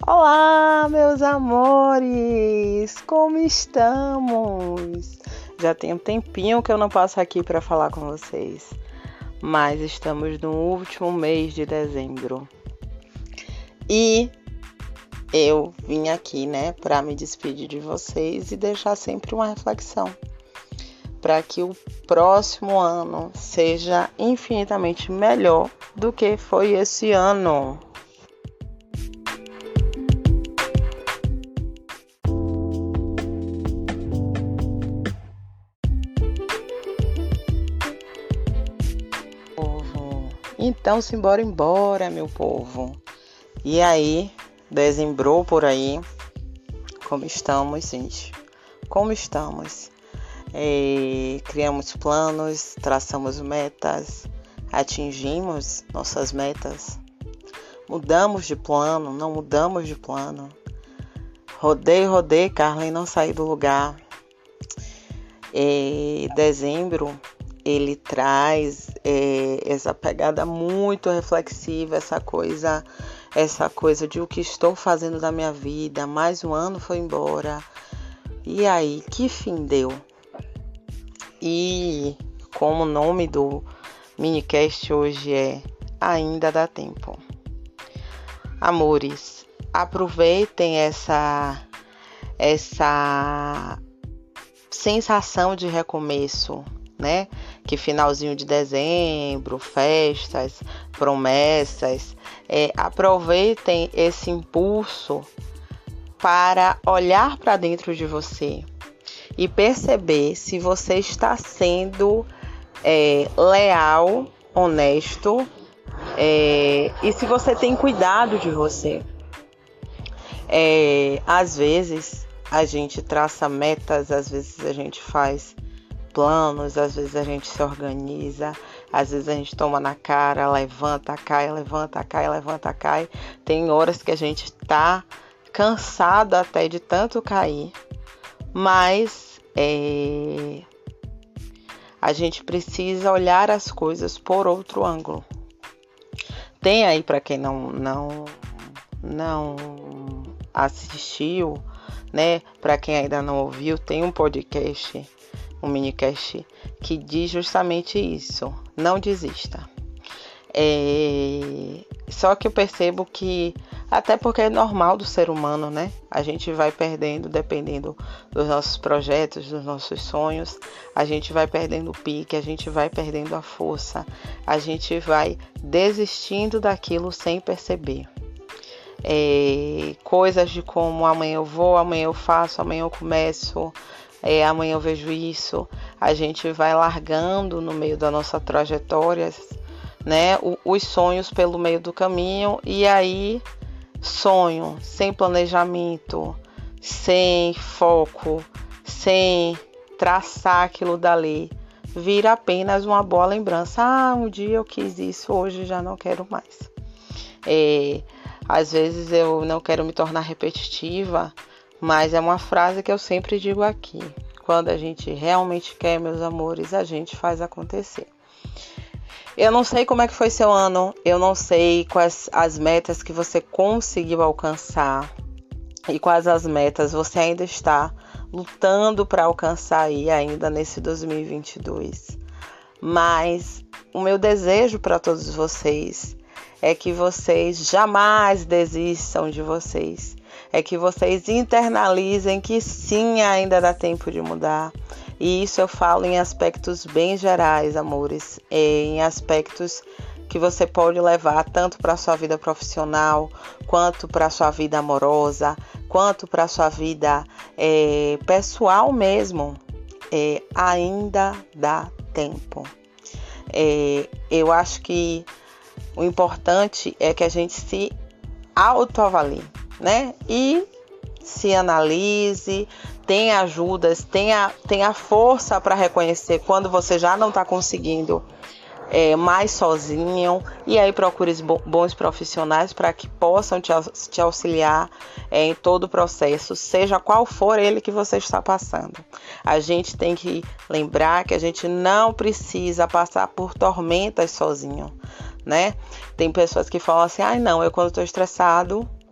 Olá, meus amores! Como estamos? Já tem um tempinho que eu não passo aqui para falar com vocês, mas estamos no último mês de dezembro e eu vim aqui, para me despedir de vocês e deixar sempre uma reflexão para que o próximo ano seja infinitamente melhor do que foi esse ano. Então, simbora embora, meu povo. E aí, dezembrou por aí. Como estamos, gente? Como estamos? Criamos planos, traçamos metas, atingimos nossas metas. Mudamos de plano, não mudamos de plano. Rodei, Carla, e não saí do lugar. Dezembro, ele traz essa pegada muito reflexiva, essa coisa de o que estou fazendo da minha vida. Mais um ano foi embora. E aí, que fim deu? E como o nome do minicast hoje é Ainda Dá Tempo. Amores, aproveitem essa sensação de recomeço, que finalzinho de dezembro, festas, promessas, aproveitem esse impulso para olhar para dentro de você e perceber se você está sendo leal, honesto, e se você tem cuidado de você. Às vezes a gente traça metas, às vezes a gente faz planos, às vezes a gente se organiza, às vezes a gente toma na cara, levanta, cai. Tem horas que a gente tá cansado até de tanto cair, mas a gente precisa olhar as coisas por outro ângulo. Tem aí, para quem não assistiu, para quem ainda não ouviu, tem um podcast, um minicast que diz justamente isso: não desista. Só que eu percebo que, até porque é normal do ser humano, a gente vai perdendo, dependendo dos nossos projetos, dos nossos sonhos, a gente vai perdendo o pique, a gente vai perdendo a força, a gente vai desistindo daquilo sem perceber. Coisas de como amanhã eu vou, amanhã eu faço, amanhã eu começo, amanhã eu vejo isso, a gente vai largando no meio da nossa trajetória, os sonhos pelo meio do caminho, e aí sonho sem planejamento, sem foco, sem traçar aquilo dali, vira apenas uma boa lembrança. Um dia eu quis isso, hoje já não quero mais. Às vezes eu não quero me tornar repetitiva, mas é uma frase que eu sempre digo aqui: quando a gente realmente quer, meus amores, a gente faz acontecer. Eu não sei como é que foi seu ano, eu não sei quais as metas que você conseguiu alcançar e quais as metas você ainda está lutando para alcançar aí ainda nesse 2022. Mas o meu desejo para todos vocês é que vocês jamais desistam de vocês, é que vocês internalizem que sim, ainda dá tempo de mudar. E isso eu falo em aspectos bem gerais, amores, em aspectos que você pode levar tanto para a sua vida profissional, quanto para a sua vida amorosa, quanto para a sua vida pessoal mesmo. Ainda dá tempo. Eu acho que o importante é que a gente se autoavalie, e se analise, tenha ajudas, tenha força para reconhecer quando você já não está conseguindo mais sozinho, e aí procure bons profissionais para que possam te auxiliar em todo o processo, seja qual for ele que você está passando. A gente tem que lembrar que a gente não precisa passar por tormentas sozinho, Tem pessoas que falam assim: não, eu quando estou estressado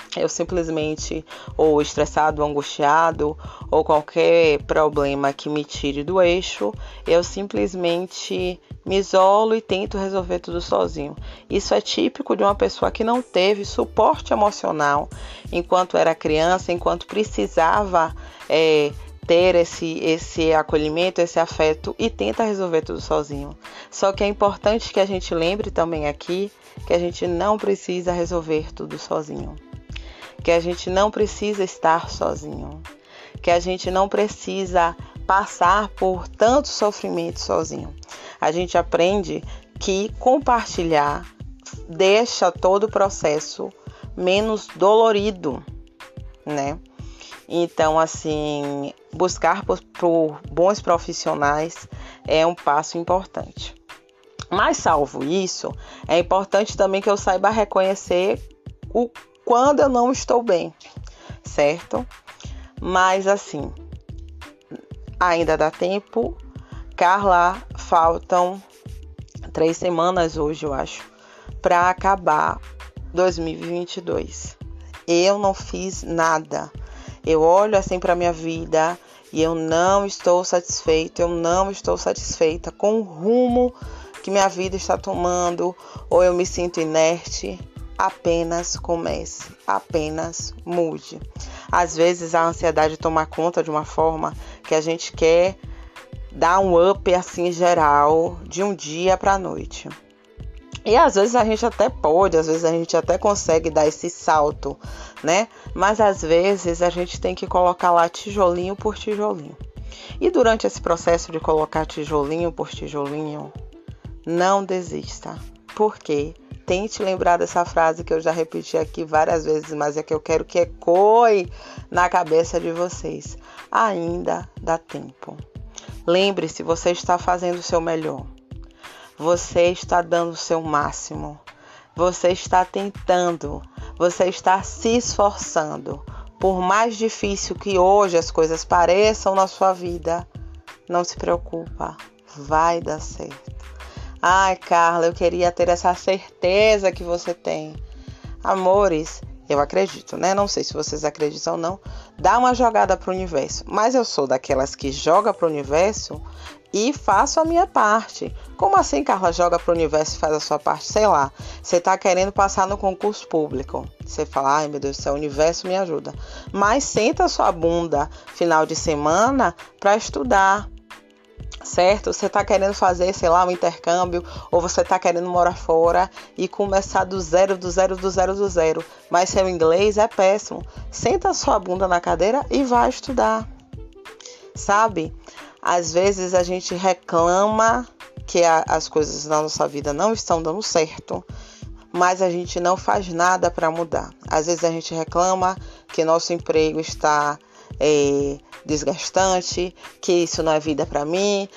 eu simplesmente, ou estressado, ou angustiado, ou qualquer problema que me tire do eixo, eu simplesmente me isolo e tento resolver tudo sozinho. Isso é típico de uma pessoa que não teve suporte emocional enquanto era criança, enquanto precisava ter esse acolhimento, esse afeto, e tenta resolver tudo sozinho. Só que é importante que a gente lembre também aqui que a gente não precisa resolver tudo sozinho. Que a gente não precisa estar sozinho, que a gente não precisa passar por tanto sofrimento sozinho. A gente aprende que compartilhar deixa todo o processo menos dolorido, né? Então, assim, buscar por bons profissionais é um passo importante. Mas, salvo isso, é importante também que eu saiba reconhecer quando eu não estou bem, certo? Mas assim, ainda dá tempo. Carla, faltam 3 semanas hoje, eu acho, para acabar 2022. Eu não fiz nada. Eu olho assim para minha vida e eu não estou satisfeita, eu não estou satisfeita com o rumo que minha vida está tomando, ou eu me sinto inerte. Apenas comece, apenas mude. Às vezes a ansiedade toma conta de uma forma que a gente quer dar um up assim geral de um dia para a noite. E às vezes a gente até pode, às vezes a gente até consegue dar esse salto, né? Mas às vezes a gente tem que colocar lá tijolinho por tijolinho. E durante esse processo de colocar tijolinho por tijolinho, não desista. Por quê? Tente lembrar dessa frase que eu já repeti aqui várias vezes, mas é que eu quero que ecoe na cabeça de vocês. Ainda dá tempo. Lembre-se, você está fazendo o seu melhor. Você está dando o seu máximo. Você está tentando. Você está se esforçando. Por mais difícil que hoje as coisas pareçam na sua vida, não se preocupa. Vai dar certo. Ai, Carla, eu queria ter essa certeza que você tem. Amores, eu acredito, né? Não sei se vocês acreditam ou não. Dá uma jogada pro universo. Mas eu sou daquelas que joga pro universo e faço a minha parte. Como assim, Carla, joga pro universo e faz a sua parte? Sei lá, você tá querendo passar no concurso público. Você fala, ai meu Deus do céu, o universo me ajuda. Mas senta a sua bunda final de semana para estudar. Certo? Você está querendo fazer, sei lá, um intercâmbio, ou você está querendo morar fora e começar do zero. Mas seu inglês é péssimo. Senta a sua bunda na cadeira e vai estudar. Sabe? Às vezes a gente reclama que as coisas na nossa vida não estão dando certo, mas a gente não faz nada para mudar. Às vezes a gente reclama que nosso emprego está desgastante, que isso não é vida para mim,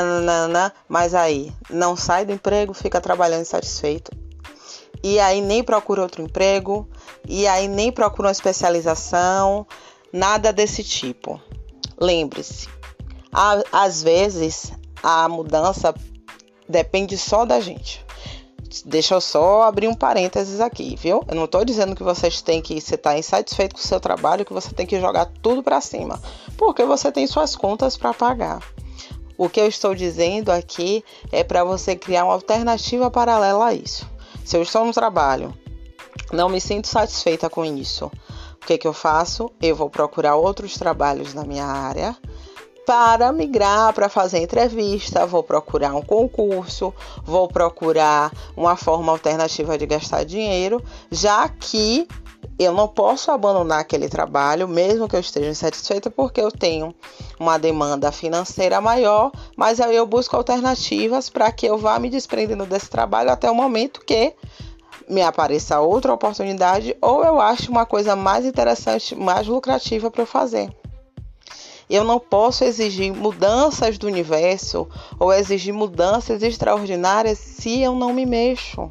mas aí não sai do emprego, fica trabalhando insatisfeito, e aí nem procura outro emprego, e aí nem procura uma especialização, nada desse tipo. Lembre-se, às vezes a mudança depende só da gente. Deixa eu só abrir um parênteses aqui, viu? Eu não estou dizendo que você está insatisfeito com o seu trabalho, que você tem que jogar tudo para cima, porque você tem suas contas para pagar. O que eu estou dizendo aqui é para você criar uma alternativa paralela a isso. Se eu estou no trabalho, não me sinto satisfeita com isso, o que eu faço? Eu vou procurar outros trabalhos na minha área, para migrar, para fazer entrevista, vou procurar um concurso, vou procurar uma forma alternativa de gastar dinheiro, já que eu não posso abandonar aquele trabalho, mesmo que eu esteja insatisfeita, porque eu tenho uma demanda financeira maior, mas aí eu busco alternativas para que eu vá me desprendendo desse trabalho até o momento que me apareça outra oportunidade ou eu ache uma coisa mais interessante, mais lucrativa para eu fazer. Eu não posso exigir mudanças do universo ou exigir mudanças extraordinárias se eu não me mexo,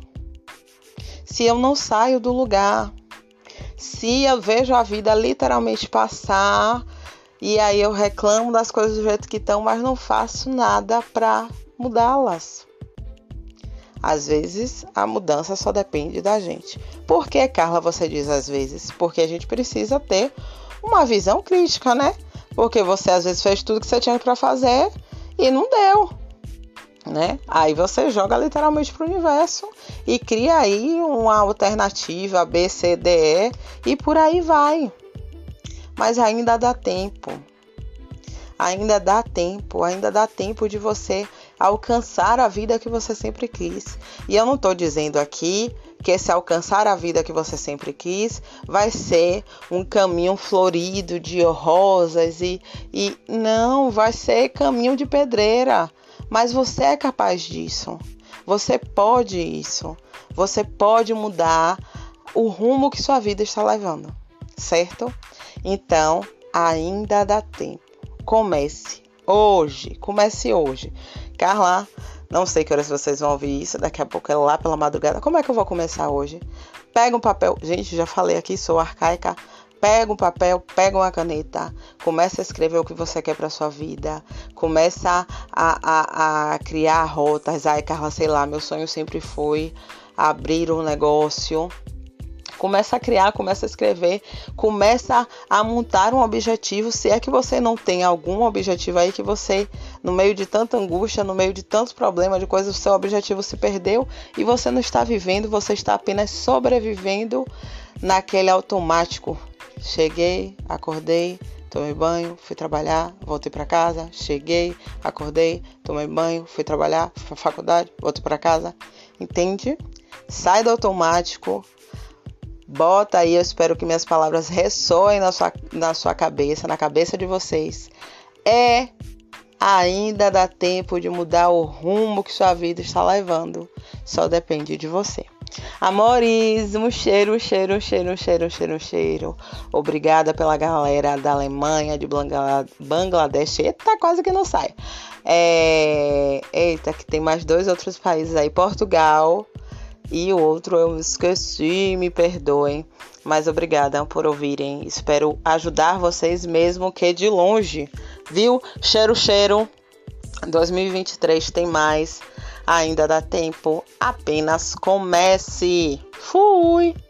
se eu não saio do lugar, se eu vejo a vida literalmente passar e aí eu reclamo das coisas do jeito que estão, mas não faço nada para mudá-las. Às vezes, a mudança só depende da gente. Por que, Carla, você diz às vezes? Porque a gente precisa ter uma visão crítica, né? Porque você, às vezes, fez tudo que você tinha para fazer e não deu, né? Aí você joga literalmente para o universo e cria aí uma alternativa B, C, D, E e por aí vai. Mas ainda dá tempo. Ainda dá tempo de você alcançar a vida que você sempre quis. E eu não estou dizendo aqui que esse alcançar a vida que você sempre quis vai ser um caminho florido de rosas e não, vai ser caminho de pedreira. Mas você é capaz disso. Você pode isso. Você pode mudar o rumo que sua vida está levando, certo? Então, ainda dá tempo. Comece hoje. Carla, não sei que horas vocês vão ouvir isso, daqui a pouco é lá pela madrugada. Como é que eu vou começar hoje? Pega um papel, gente, já falei aqui, sou arcaica. Pega um papel, pega uma caneta, começa a escrever o que você quer para sua vida, começa a criar rotas. Ai, Carla, sei lá, meu sonho sempre foi abrir um negócio. Começa a criar, começa a escrever, começa a montar um objetivo. Se é que você não tem algum objetivo aí que você, no meio de tanta angústia, no meio de tantos problemas, de coisas, o seu objetivo se perdeu e você não está vivendo, você está apenas sobrevivendo naquele automático. Cheguei, acordei, tomei banho, fui trabalhar, voltei para casa, cheguei, acordei, tomei banho, fui trabalhar, fui para a faculdade, voltei para casa. Entende? Sai do automático. Bota aí, eu espero que minhas palavras ressoem na sua cabeça, na cabeça de vocês. Ainda dá tempo de mudar o rumo que sua vida está levando. Só depende de você. Amores, um cheiro. Obrigada pela galera da Alemanha, de Bangladesh. Eita, quase que não sai. Eita, que tem mais 2 outros países aí. Portugal. E o outro eu esqueci, me perdoem. Mas obrigada por ouvirem. Espero ajudar vocês mesmo que de longe. Viu? Cheiro. 2023 tem mais. Ainda dá tempo. Apenas comece. Fui!